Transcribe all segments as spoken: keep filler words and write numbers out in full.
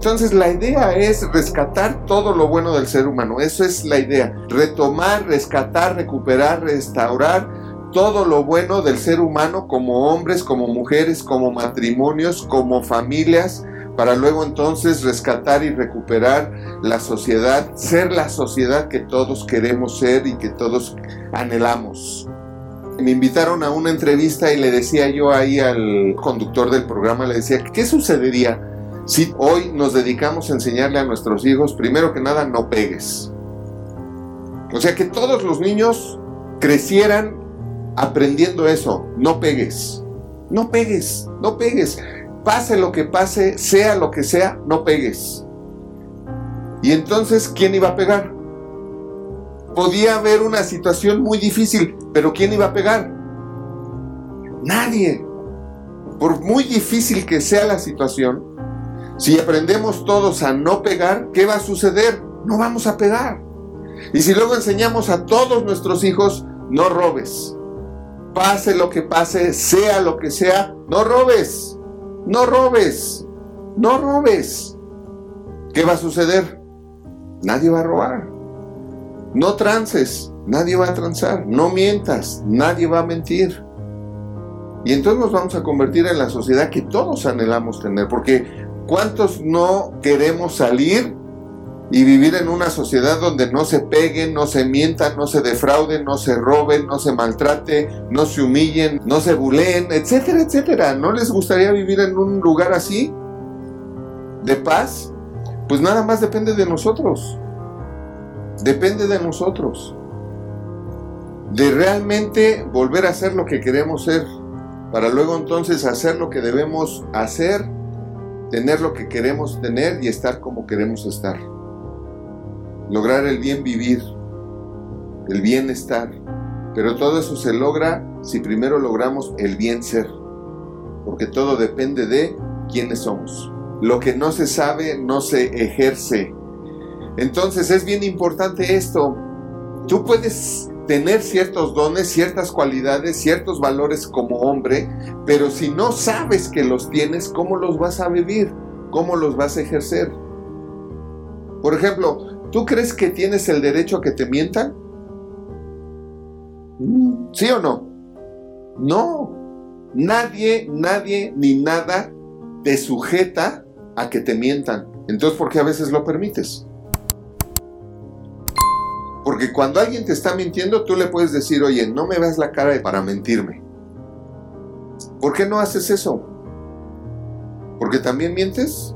Entonces la idea es rescatar todo lo bueno del ser humano. Eso es la idea. Retomar, rescatar, recuperar, restaurar todo lo bueno del ser humano como hombres, como mujeres, como matrimonios, como familias, para luego entonces rescatar y recuperar la sociedad, ser la sociedad que todos queremos ser y que todos anhelamos. Me invitaron a una entrevista y le decía yo ahí al conductor del programa, le decía, ¿qué sucedería si hoy nos dedicamos a enseñarle a nuestros hijos, primero que nada, no pegues? O sea, que todos los niños crecieran aprendiendo eso, no pegues, no pegues, no pegues, pase lo que pase, sea lo que sea, no pegues. Y entonces, ¿quién iba a pegar? Podía haber una situación muy difícil, pero ¿quién iba a pegar? Nadie. Por muy difícil que sea la situación, si aprendemos todos a no pegar, ¿qué va a suceder? No vamos a pegar. Y si luego enseñamos a todos nuestros hijos, no robes. Pase lo que pase, sea lo que sea, no robes. No robes. No robes. ¿Qué va a suceder? Nadie va a robar. No trances. Nadie va a transar. No mientas. Nadie va a mentir. Y entonces nos vamos a convertir en la sociedad que todos anhelamos tener, porque ¿cuántos no queremos salir y vivir en una sociedad donde no se peguen, no se mientan, no se defrauden, no se roben, no se maltrate, no se humillen, no se buleen, etcétera, etcétera? ¿No les gustaría vivir en un lugar así, de paz? Pues nada más depende de nosotros. Depende de nosotros. De realmente volver a ser lo que queremos ser, para luego entonces hacer lo que debemos hacer, tener lo que queremos tener y estar como queremos estar. Lograr el bien vivir, el bienestar. Pero todo eso se logra si primero logramos el bien ser. Porque todo depende de quiénes somos. Lo que no se sabe, no se ejerce. Entonces es bien importante esto. Tú puedes tener ciertos dones, ciertas cualidades, ciertos valores como hombre, pero si no sabes que los tienes, ¿cómo los vas a vivir? ¿Cómo los vas a ejercer? Por ejemplo, ¿tú crees que tienes el derecho a que te mientan? ¿Sí o no? No. Nadie, nadie ni nada te sujeta a que te mientan. Entonces, ¿por qué a veces lo permites? Porque cuando alguien te está mintiendo, tú le puedes decir, oye, no me veas la cara para mentirme. ¿Por qué no haces eso? ¿Porque también mientes?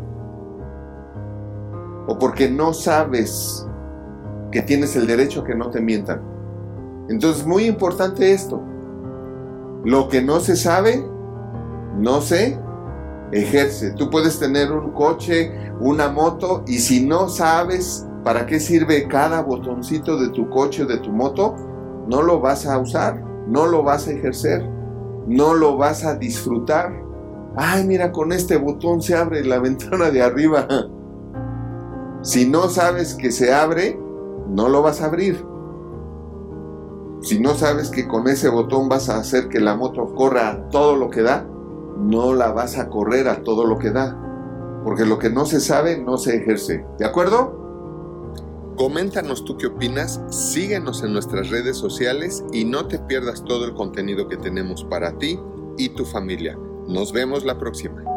¿O porque no sabes que tienes el derecho a que no te mientan? Entonces, muy importante esto. Lo que no se sabe, no se ejerce. Tú puedes tener un coche, una moto, y si no sabes ¿para qué sirve cada botoncito de tu coche o de tu moto? No lo vas a usar, no lo vas a ejercer, no lo vas a disfrutar. Ay, mira, con este botón se abre la ventana de arriba. Si no sabes que se abre, no lo vas a abrir. Si no sabes que con ese botón vas a hacer que la moto corra a todo lo que da, no la vas a correr a todo lo que da. Porque lo que no se sabe, no se ejerce. ¿De acuerdo? Coméntanos tú qué opinas, síguenos en nuestras redes sociales y no te pierdas todo el contenido que tenemos para ti y tu familia. Nos vemos la próxima.